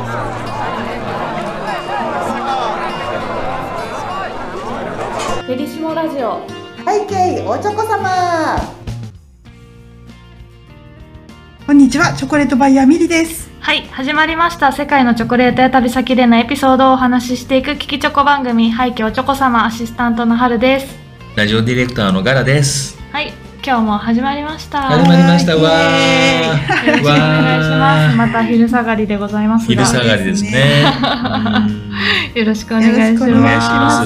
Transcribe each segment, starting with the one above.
フェリシモラジオ背景おちょこ様。 こんにちは、チョコレートバイヤーミリです。 はい、始まりました。世界のチョコレートや旅先でのエピソードをお話ししていく聞きチョコ番組、背景おちょこ様、アシスタントの春です。 ラジオディレクターのガラです。 はい、今日も始まりました。 始まりました。わよろしくお願いします。また昼下がりでございますが。 昼下がりですね。 よろしくお願いします。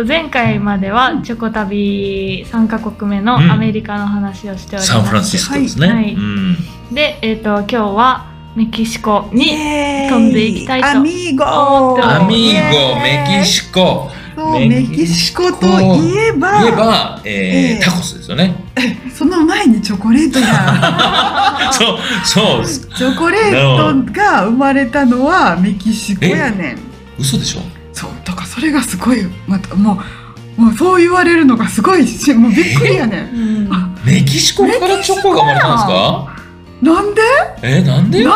前回まではチョコ旅3カ国目のアメリカの話をしております。 サンフランシスコですね。 はい。で、今日はメキシコに飛んでいきたいと思ってアミーゴ、メキシコ。 メキシコといえば、 タコスですよね。 その前にチョコレートやそうチョコレートが生まれたのはメキシコやねん。 嘘でしょ。 そうだからそれがすごい、またもうそう言われるのがすごいし、もうびっくりやねん。 メキシコからチョコが生まれたんですか。 なんでなんで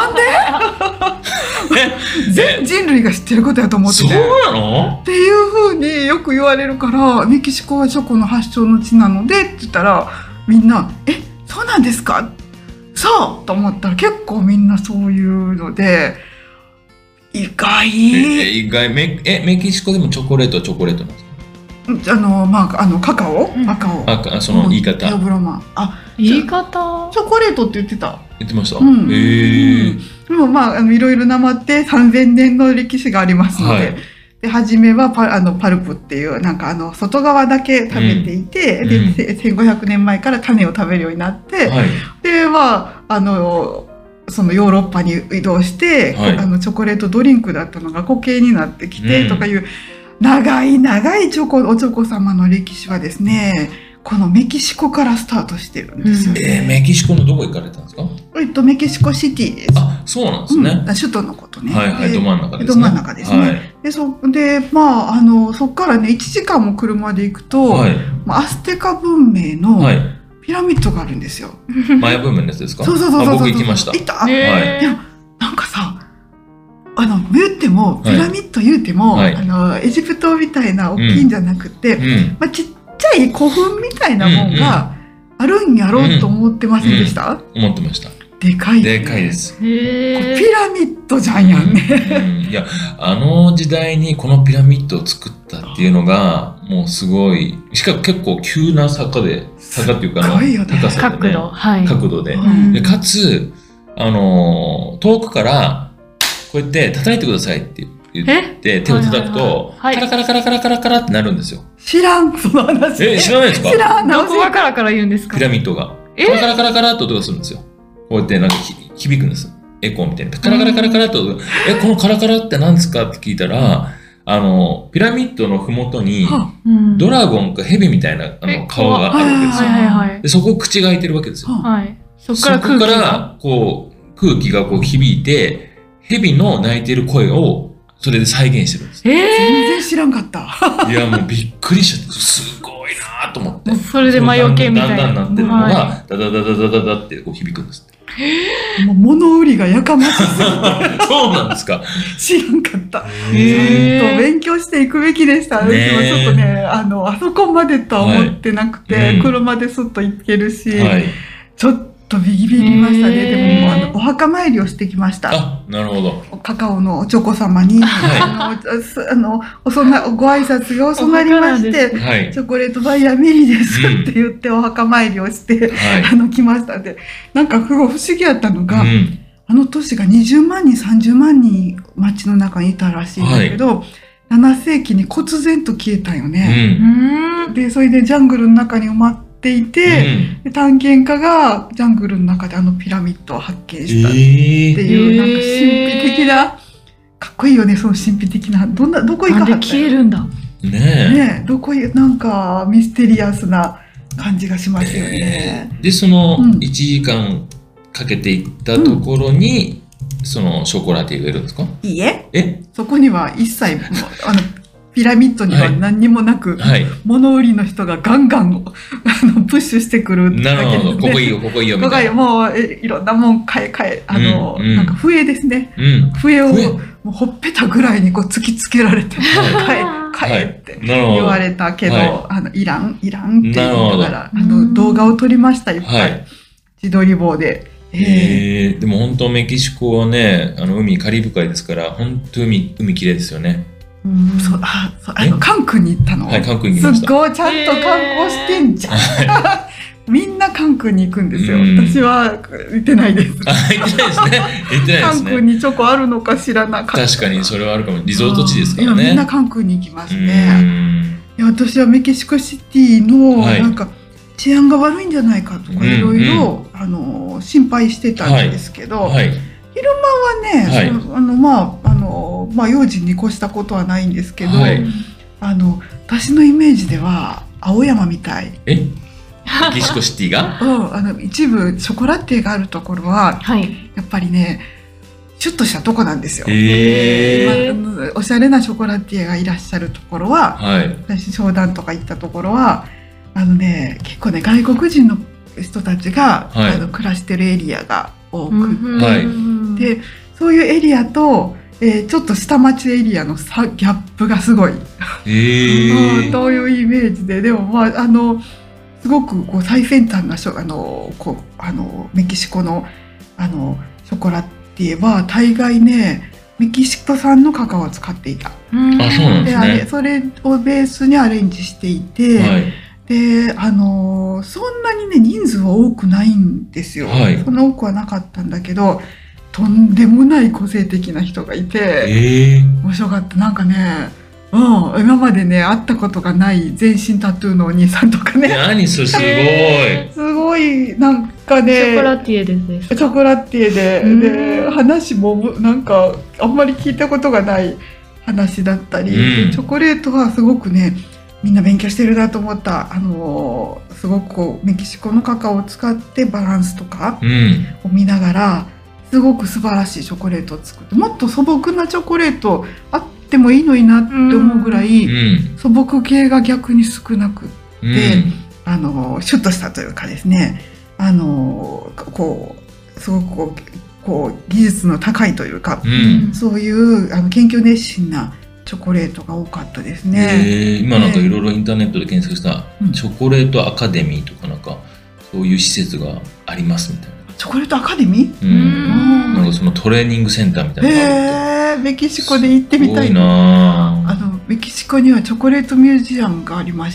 全人類が知ってることやと思ってて、 そうなのっていう風によく言われるから、メキシコはチョコの発祥の地なのでって言ったら、みんなそうなんですか、そうと思ったら結構みんなそういうので、意外メキシコでもチョコレートはチョコレートなんですか。 カカオ、 その言い方、 テオブロマン、 言い方チョコレートって言ってた。 言ってました。 でもいろいろなまって3000年の歴史がありますので、で初めはパルプっていう外側だけ食べていて、で1500年前から種を食べるようになって、でそのヨーロッパに移動して、チョコレートドリンクだったのが固形になってきて、とかいう長いおチョコ様の歴史はですね、このメキシコからスタートしてるんですよね。 メキシコのどこ行かれたんですか。 メキシコシティです。 そうなんですね。 首都のことね。 ど真ん中ですね。 ど真ん中ですね。でそっからね1時間も車で行くと、アステカ文明のピラミッドがあるんですよ。 マヤ文明のやつですか。 そう。 僕行きました。 行った。なんかさ、言ってもピラミッド言うても、エジプトみたいな大きいんじゃなくて、ちっちゃい古墳みたいなもんがあるんやろうと思ってませんでした？ 思ってました。 でかいです。 ピラミッドじゃんやんね。 いや、時代にこのピラミッドを作ったっていうのがもうすごい。しかも結構急な坂っていうか高さでね、角度で、かつ遠くからこうやって叩いてくださいって言って手を叩くとカラカラカラカラカラカラってなるんですよ。 知らん、その話。 知らないですか。 どこがカラカラ言うんですか。 ピラミッドがカラカラカラカラと音がするんですよ。こうやって響くんです。エコーみたいなカラカラカラカラとこのカラカラって何ですかって聞いたら、ピラミッドのふもとにドラゴンかヘビみたいな顔があるわけですよ。でそこ口が開いてるわけですよ。そこからこう空気がこう響いて、ヘビの鳴いてる声をそれで再現してるんです。 全然知らんかった。 いやもうびっくりしちゃって、すごいなと思って。 それで魔除けみたいな。 だんだんなってるのがダダダダダダダってこう響くんです。 もう物売りがやかましすぎて。 そうなんですか。 知らんかった。ちゃんと勉強していくべきでした。ちょっとね、あそこまでとは思ってなくて、車ですっと行けるし、ちょっとビビりましたね。でもお墓参りをしてきました。 なるほど。 カカオのおチョコ様にご挨拶が収まりまして、チョコレートバイヤーミリですって言ってお墓参りをして来ましたで、なんか不思議やったのが、年が20万人30万人街の中にいたらしいんだけど、7世紀に忽然と消えたよね。でそれでジャングルの中に埋まっていて、探検家がジャングルの中でピラミッドを発見したっていう、なんか神秘的な、かっこいいよね、その神秘的な、どこ行かはったなんで消えるんだね。どこなんかミステリアスな感じがしますよね。 でその1時間かけていったところに、そのショコラティエがいるんですか？ いいえ、そこには一切ピラミッドには何にもなく、物売りの人がガンガンプッシュしてくるだけですね。 なるほど。ここいいよ、ここいいよみたいな。 もういろんなもん買え、なんか笛ですね。笛をもうほっぺたぐらいにこう突きつけられて、買えって言われたけど、いらんって言いながら、動画を撮りました、いっぱい。自撮り棒で。 でも本当メキシコはね、海カリブ海ですから、本当海綺麗ですよね。 カンクンに行ったの。 はい、カンクンに行きました。 すごい、ちゃんと観光してんじゃん。みんなカンクンに行くんですよ。私は行ってないです。 行ってないですね。行ってないですね。 カンクンにチョコあるのか知らなかった。 確かにそれはあるかも。リゾート地ですからね。 みんなカンクンに行きますね。私はメキシコシティのなんか治安が悪いんじゃないかとかいろいろ心配してたんですけど、昼間はね、まあ用心に越したことはないんですけど、私のイメージでは青山みたい。 メキシコシティが？ 一部ショコラティエがあるところは、やっぱりね、シュッとしたとこなんですよ。おしゃれなショコラティエがいらっしゃるところは、私商談とか行ったところは、結構ね、外国人の人たちが、暮らしてるエリアが多くて、そういうエリアと、ちょっと下町エリアのギャップがすごい。というイメージで、でもすごくこう最先端なメキシコのショコラティエは大概ね、メキシコ産のカカオを使っていた。 そうなんですね。 それをベースにアレンジしていて、でそんなにね人数は多くないんですよ。そんな多くはなかったんだけど、とんでもない個性的な人がいて、面白かった。なんかね、今までね会ったことがない全身タトゥーのお兄さんとかね。 何それ、すごい。 すごいなんかね。 ショコラティエですか？ ショコラティエで話もなんかあんまり聞いたことがない話だったり、チョコレートはすごくねみんな勉強してるなと思った。すごくこうメキシコのカカオを使ってバランスとかを見ながら、すごく素晴らしいチョコレートを作って、もっと素朴なチョコレートあってもいいのになって思うぐらい、素朴系が逆に少なくって、シュッとしたというかですね、こうすごくこう技術の高いというか、そういう研究熱心なチョコレートが多かったですね。 今なんかいろいろインターネットで検索したチョコレートアカデミーとかなんかそういう施設がありますみたいな。 チョコレートアカデミー？ なんかそのトレーニングセンターみたいなのがあるって。 メキシコで行ってみたい。 すごいな。 メキシコにはチョコレートミュージアムがありまして、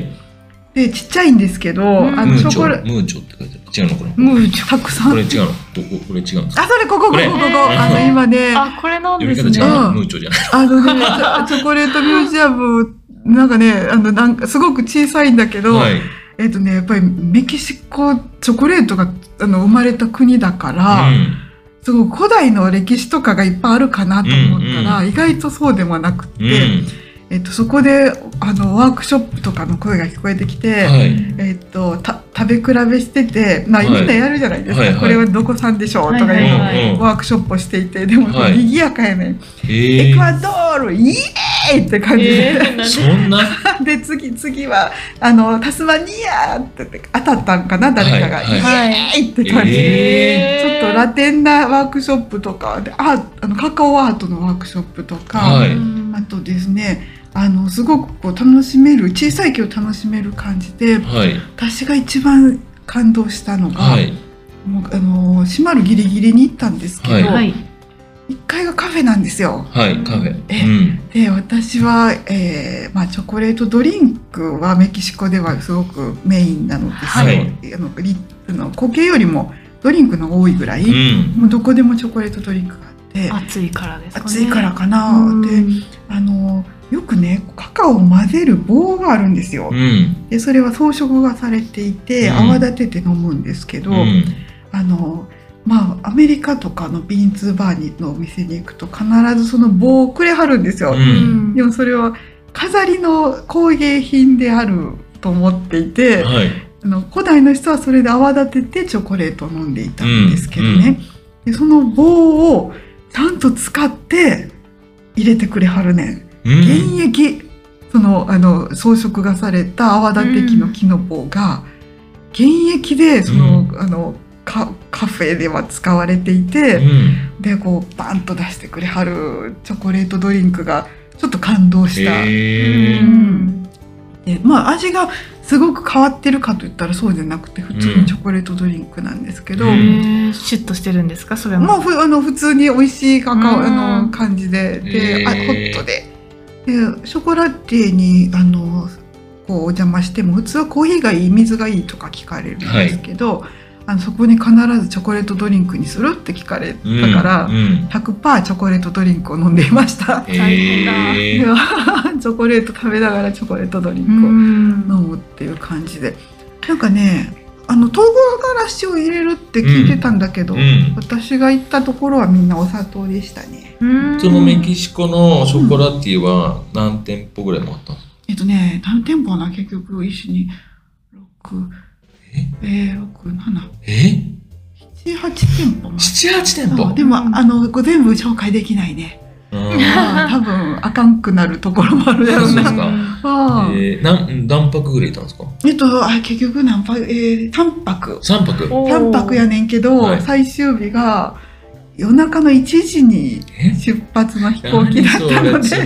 でちっちゃいんですけど、 ムーチョって書いてある。違うのこれ？ ムーチョたくさん。 これ違うの？これ違うんですか？ それここ今ね。 これなんですね。 読み方違うの？ムーチョじゃない。 チョコレートミュージアムなんかねなんかすごく小さいんだけど。やっぱりメキシコチョコレートが生まれた国だから、すごく古代の歴史とかがいっぱいあるかなと思ったら、意外とそうでもなくて、そこでワークショップとかの声が聞こえてきて、食べ比べしてて、みんなやるじゃないですか、これはどこ産でしょうとかいうのをワークショップをしていて、でも賑やかやね、エクアドールイエーイって感じで、 そんなで次はタスマニアって当たったんかな、誰かが、イエーイって感じで、ちょっとラテンなワークショップとかでカカオアートのワークショップとか、あとですねすごくこう楽しめる、小さい木を楽しめる感じで、私が一番感動したのが、もう閉まるギリギリに行ったんですけど、1階がカフェなんですよ。 カフェ。 で私は、チョコレートドリンクはメキシコではすごくメインなのですよ。固形よりもドリンクの多いぐらい、もうどこでもチョコレートドリンクがあって、 暑いからですかね。 暑いからかな。でよくねカカオを混ぜる棒があるんですよ。でそれは装飾がされていて、泡立てて飲むんですけど、アメリカとかのビーンズバーのお店に行くと必ずその棒をくれはるんですよ。でもそれは飾りの工芸品であると思っていて、古代の人はそれで泡立ててチョコレートを飲んでいたんですけどね、でその棒をちゃんと使って入れてくれはるねん。現役装飾がされた泡立て器の木の棒が現役でカフェでは使われていて、でこうバンと出してくれはるチョコレートドリンクがちょっと感動した。でまあ味がすごく変わってるかといったらそうじゃなくて普通のチョコレートドリンクなんですけど、 シュッとしてるんですかそれも。 まあ普通に美味しいカカオ感じで、ホットで、ショコラティエにこうお邪魔しても普通はコーヒーがいい水がいいとか聞かれるんですけど、そこに必ずチョコレートドリンクにするって聞かれたから、100% チョコレートドリンクを飲んでいました。大変だ。チョコレート食べながらチョコレートドリンクを飲むっていう感じで、なんかね唐辛子を入れるって聞いてたんだけど、私が行ったところはみんなお砂糖でしたね。 そのメキシコのショコラティは何店舗ぐらいもあったんですか？ 何店舗な、結局一緒に6、7、7、8店舗も。 7、8店舗。 でも全部紹介できないね。多分あかんくなるところもあるだろうね。 何泊ぐらいいたんですか？ 結局3泊。3泊やねんけど、最終日が夜中の1時に出発の飛行機だったので。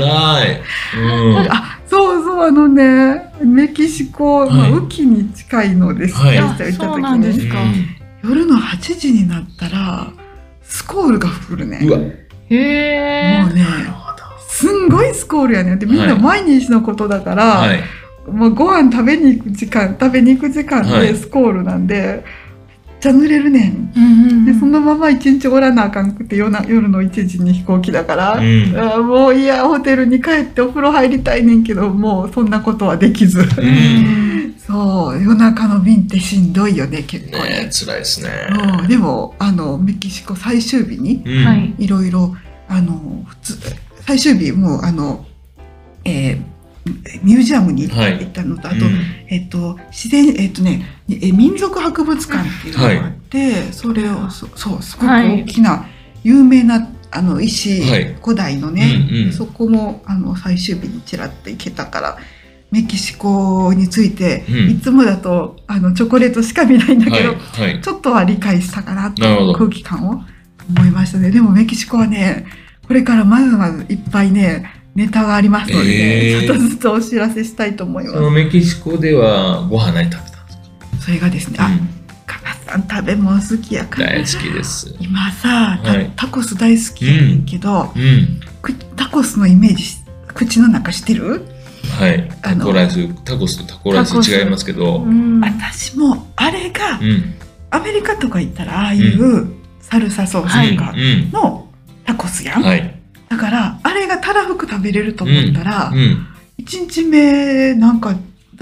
そうメキシコの雨季に近いのです。 そうなんですか。 夜の8時になったらスコールが降るね。もうね、すんごいスコールやねん。でみんな毎日のことだから、もうご飯食べに行く時間でスコールなんで、めっちゃ濡れるねん。でそのまま一日おらなあかんくて夜の1時に飛行機だから、もういやホテルに帰ってお風呂入りたいねんけど、もうそんなことはできず。そう夜中の便ってしんどいよね、結構ね。 辛いですね。 でもメキシコ最終日にいろいろ最終日もミュージアムに行ったのと、あと自然民族博物館っていうのがあって、それをすごく大きな有名な石、古代のね、そこも最終日にちらっと行けたから。メキシコについて、いつもだとチョコレートしか見ないんだけど、ちょっとは理解したかなという空気感を思いましたね。でもメキシコはね、これからまずまずいっぱいねネタがありますので、ちょっとずつお知らせしたいと思います。 そのメキシコではご飯何食べたんですか？ それがですね、加賀さん食べ物好きやから。 大好きです。 今さ、タコス大好きやねんけど、タコスのイメージ口の中してる？タコスとタコライス違いますけど、私もあれが、アメリカとか行ったらああいうサルサソースとかのタコスやん。だからあれがたらふく食べれると思ったら、1日目なんか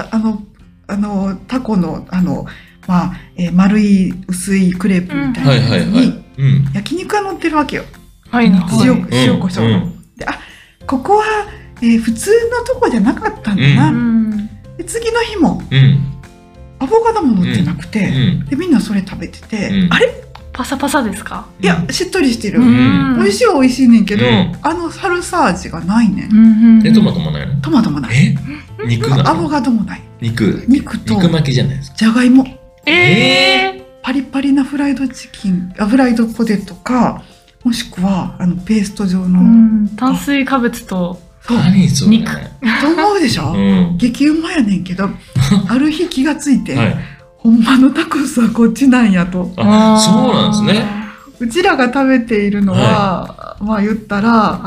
タコの丸い薄いクレープみたいなやつに焼肉が乗ってるわけよ。塩コショウで、ここは普通のとこじゃなかったんだな。で次の日もアボカドも乗ってなくて、でみんなそれ食べてて、あれパサパサですか？ いやしっとりしてる。美味しいは美味しいねんけど、サルサ味がないねん。 トマトもないの？ トマトもない。 肉なの？ アボカドもない。 肉と肉巻きじゃないですか？ じゃがいも。パリパリなフライドチキン、フライドポテトか、もしくはペースト状の炭水化物と肉と思うでしょ。激うまやねんけど、ある日気がついて、ほんまのタコスはこっちなんやと。 そうなんですね。 うちらが食べているのは、まあ言ったら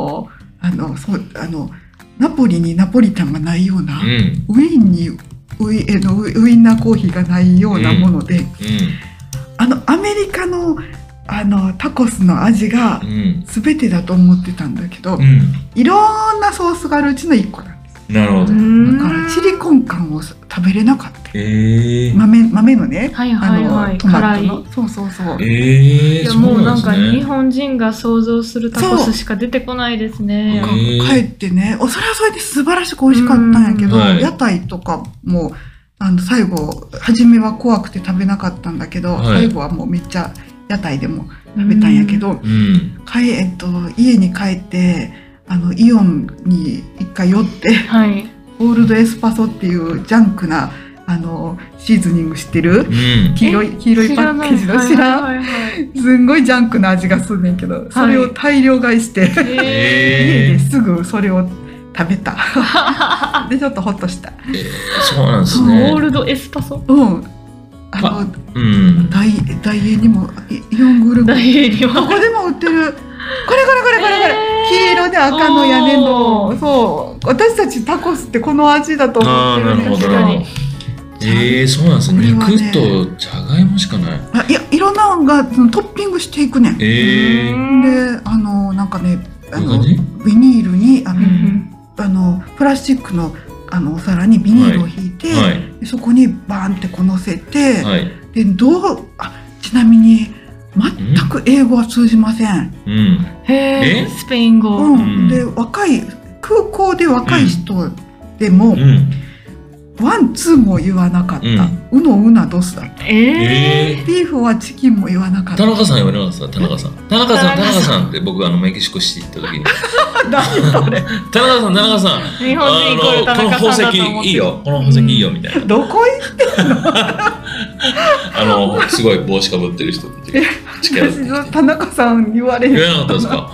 ナポリにナポリタンがないような、ウィーンにウインナーコーヒーがないようなもので、アメリカのタコスの味が全てだと思ってたんだけど、いろんなソースがあるうちの1個なんです。 なるほど。 だからチリコンカンを食べれなかった。豆のね、トマトの。そう。 いやもうなんか日本人が想像するタコスしか出てこないですね。 帰ってね、それはそれで素晴らしく美味しかったんやけど、屋台とかも最後初めは怖くて食べなかったんだけど、最後はもうめっちゃ屋台でも食べたんやけど、家に帰ってイオンに一回寄って、 はい、 オールドエスパソっていうジャンクなシーズニング知ってる、黄色いパッケージの知らん、すんごいジャンクな味がすんねんけど、それを大量買いして、家ですぐそれを食べたでちょっとホッとした。 そうなんですね。 オールドエスパソ、 ダイエーにもイオングルメどこでも売ってる、これ黄色で赤の屋根の、そう私たちタコスってこの味だと思ってるんですけど、 そうなんですね。肉とじゃがいもしかない。 いや、いろんなのがトッピングしていくねん。でなんかねビニールにプラスチックのお皿にビニールを引いて、そこにバーンってこう乗せて、でちなみに全く英語は通じません。 スペイン語。 で空港で若い人でもワンツーも言わなかった。うのうなどすだった。ビーフはチキンも言わなかった。 田中さん言われなかった。田中さんって僕メキシコシティ行った時に何それ田中さん日本人イコール田中さんだと思って、 この宝石いいよ、この宝石いいよみたいな。 どこ行ってんのすごい帽子かぶってる人たちが私田中さん言われなかったですか。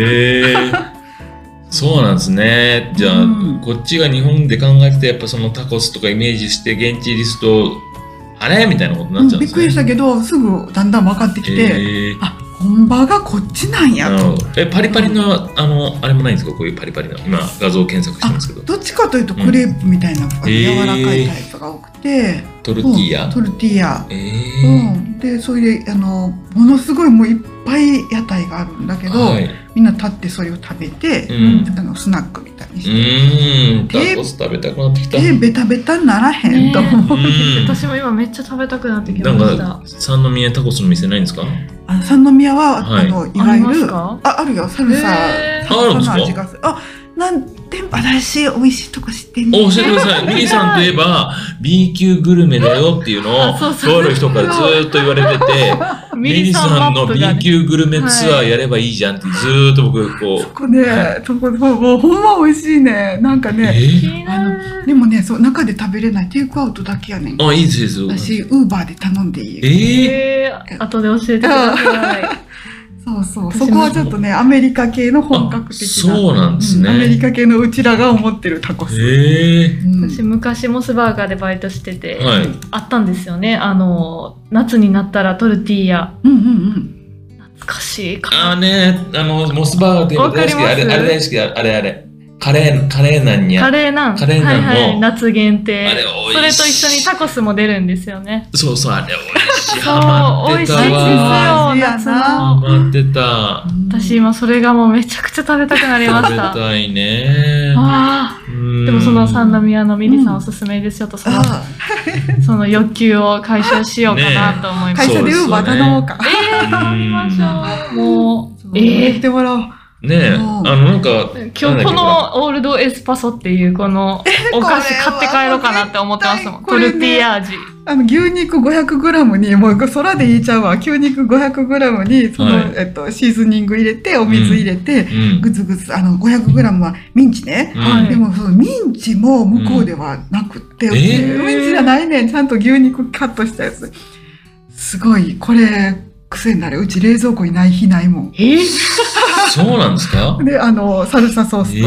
そうなんですね。じゃあ、こっちが日本で考えてて、やっぱそのタコスとかイメージして現地リストあれみたいなことになっちゃうんですね。 びっくりしたけどすぐだんだん分かってきて、本場がこっちなんやと。 パリパリのあれもないんですか、こういうパリパリの。今画像検索してますけど、 どっちかというとクレープみたいな、柔らかいタイプが多くて、 トルティーヤ、 でそれでものすごいもういっぱい屋台があるんだけど、みんな立ってそれを食べて、スナックみたいにして、 タコス食べたくなってきた。 ベタベタならへんと思う。 私も今めっちゃ食べたくなってきました。 なんか三宮タコスの店ないんですか？ 三宮はいわゆるあるよ、サルサの味がする。なんて新しい美味しいとこ知ってんね。 教えてください。ミリさんといえば B 級グルメだよっていうのをとある人からずっと言われてて、ミリさんの B 級グルメツアーやればいいじゃんってずっと僕こう。 そこね、もうほんま美味しいね。なんかね、でもね、そう中で食べれないテイクアウトだけやねん。 いいですよ。 私ウーバーで頼んでいい？ 後で教えてください。 そこはちょっとね、アメリカ系の本格的な。 そうなんですね。 アメリカ系のうちらが思ってるタコス。 私昔モスバーガーでバイトしてて、あったんですよね。夏になったらトルティーヤ。懐かしい。 モスバーガーって大好き。あれ大好き。あれ。カレーなんにゃ。 カレーなんの夏限定。それと一緒にタコスも出るんですよね。 そう、あれ美味しい。ハマってたわ。 美味しいですよ、夏の。 ハマってた。 私今それがもうめちゃくちゃ食べたくなりました。 食べたいね。 でもその三宮のミリさんおすすめですよと、その欲求を解消しようかなと思います。 会社でウーバー頼もうか。 頼みましょう。もう言ってもらおう。 なんか今日このオールドエスパソっていうこのお菓子買って帰ろうかなって思ってますもん。トルティーヤ味。 牛肉 500g にもう空で言いちゃうわ。牛肉 500g にそのシーズニング入れてお水入れてグツグツ500g はミンチね。でもそのミンチも向こうではなくってミンチじゃないねん。ちゃんと牛肉カットしたやつ。すごいこれ癖になる。うち冷蔵庫にない日ないもん。 そうなんですか？ でサルサソース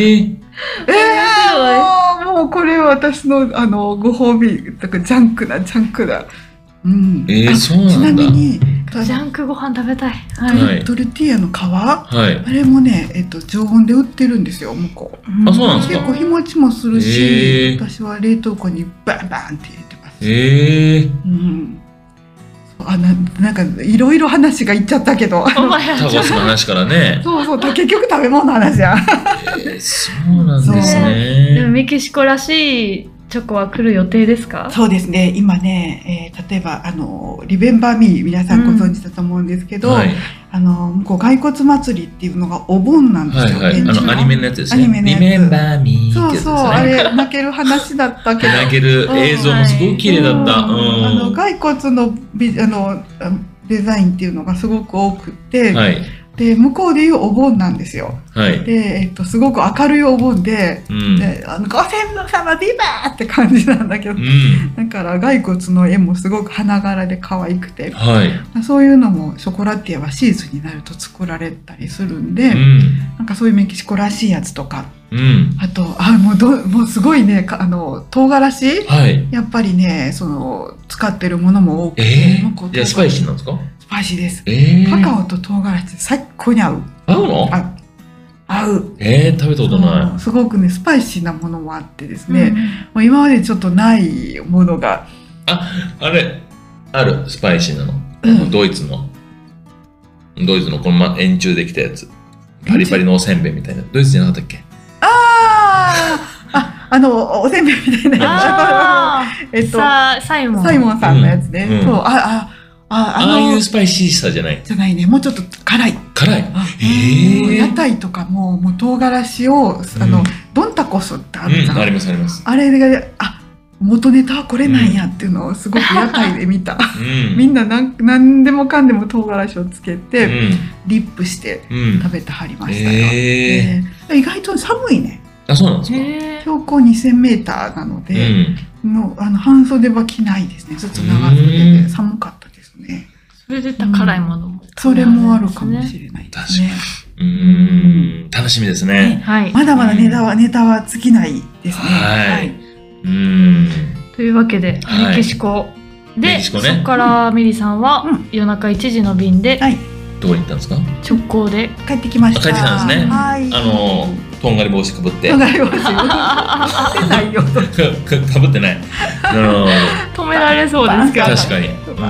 ともうこれは私のご褒美とかジャンクだ。 そうなんだ。 ちなみにジャンクご飯食べたい。 トルティーヤの皮、あれもね常温で売ってるんですよ向こう。 そうなんですか？ 結構日持ちもするし、私は冷凍庫にバンバンって入れてます。なんかいろいろ話がいっちゃったけど、 タコスの話からね。 そう結局食べ物の話や。 そうなんですね。 でもメキシコらしいチョコは来る予定ですか？ そうですね。今ね、例えばリベンバーミー皆さんご存知だと思うんですけど、向こう骸骨祭りっていうのがお盆なんですよ。 アニメのやつですね。リベンバーミー。 そうあれ泣ける話だったけど。 泣ける映像もすごく綺麗だった。骸骨のデザインっていうのがすごく多くて、 で向こうでいうお盆なんですよ。 はい、 ですごく明るいお盆で、ご先祖様ビバーって感じなんだけど、だから骸骨の絵もすごく花柄で可愛くて、そういうのもショコラティアはシーズンになると作られたりするんで、なんかそういうメキシコらしいやつとか、あともうすごいね唐辛子、やっぱりね使ってるものも多くて、 いやスパイシーなんですか？ スパイシーです。カカオと唐辛子って最高に合う。 合うの？ 合う。 食べたことない。 すごくねスパイシーなものもあってですね、もう今までちょっとないものが。 あれあるスパイシーなの。ドイツのこの円柱できたやつ。パリパリのおせんべいみたいな。ドイツじゃなかったっけ？ おせんべいみたいなやつ。サイモンさんのやつね。そうああいうスパイシーさじゃないね。もうちょっと辛い。屋台とかもう唐辛子をドンタコスってあるじゃん。 ありますあります。 あれが元ネタはこれなんやっていうのをすごく屋台で見た。みんな何でもかんでも唐辛子をつけてディップして食べてはりましたよ。意外と寒いね。 そうなんですか。 標高2000mなので、もう半袖は着ないですね。ずっと長袖で寒かったですね。 それで辛いものも、 それもあるかもしれないですね。 楽しみですね。 まだまだネタは尽きないですね。 というわけでメキシコで、そこからミリさんは夜中1時の便でどこに行ったんですか？ 直行で帰ってきました。 帰ってきたんですね。とんがり帽子かぶって。 とんがり帽子かぶってないよ。かぶってない。 止められそうですけど。 確かに。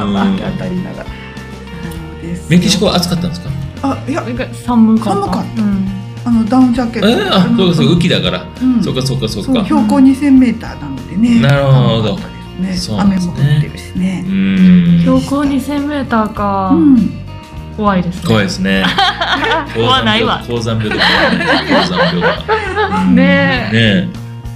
メキシコは暑かったんですか？ いや寒かった。 ダウンジャケット。 そう雨季だから。そうか。 標高2000mなのでね。 なるほど。 雨も降ってるしね。 標高2000mか。怖いですね。 怖いですね。 怖ないわ。 高山病とか。 ねえ。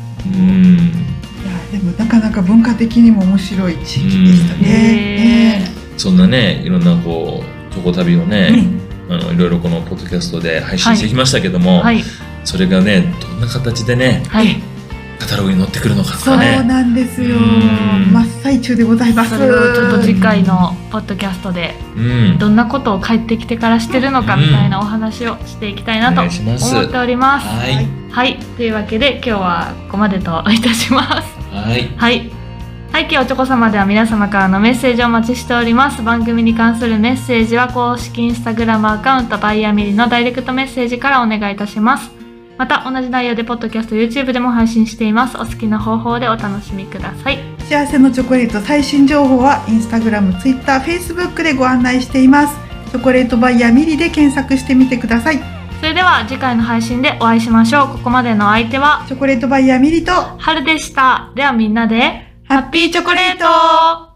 でもなかなか文化的にも面白い地域でしたね。 そんなね、いろんなチョコ旅をね、いろいろこのポッドキャストで配信してきましたけども、それがね、どんな形でね、カタログに載ってくるのかとかね。 そうなんですよ。真っ最中でございます。 それをちょっと次回のポッドキャストでどんなことを帰ってきてからしてるのかみたいなお話をしていきたいなと思っております。はい、というわけで今日はここまでといたします。はい、背景おちょこ様では皆様からのメッセージをお待ちしております。番組に関するメッセージは公式インスタグラムアカウントバイヤーミリのダイレクトメッセージからお願いいたします。また同じ内容でポッドキャスト YouTube でも配信しています。お好きな方法でお楽しみください。 幸せのチョコレート最新情報はインスタグラム、ツイッター、フェイスブックでご案内しています。チョコレートバイヤーミリで検索してみてください。 それでは次回の配信でお会いしましょう。ここまでの相手はチョコレートバイヤーミリと春でした。ではみんなでハッピーチョコレート。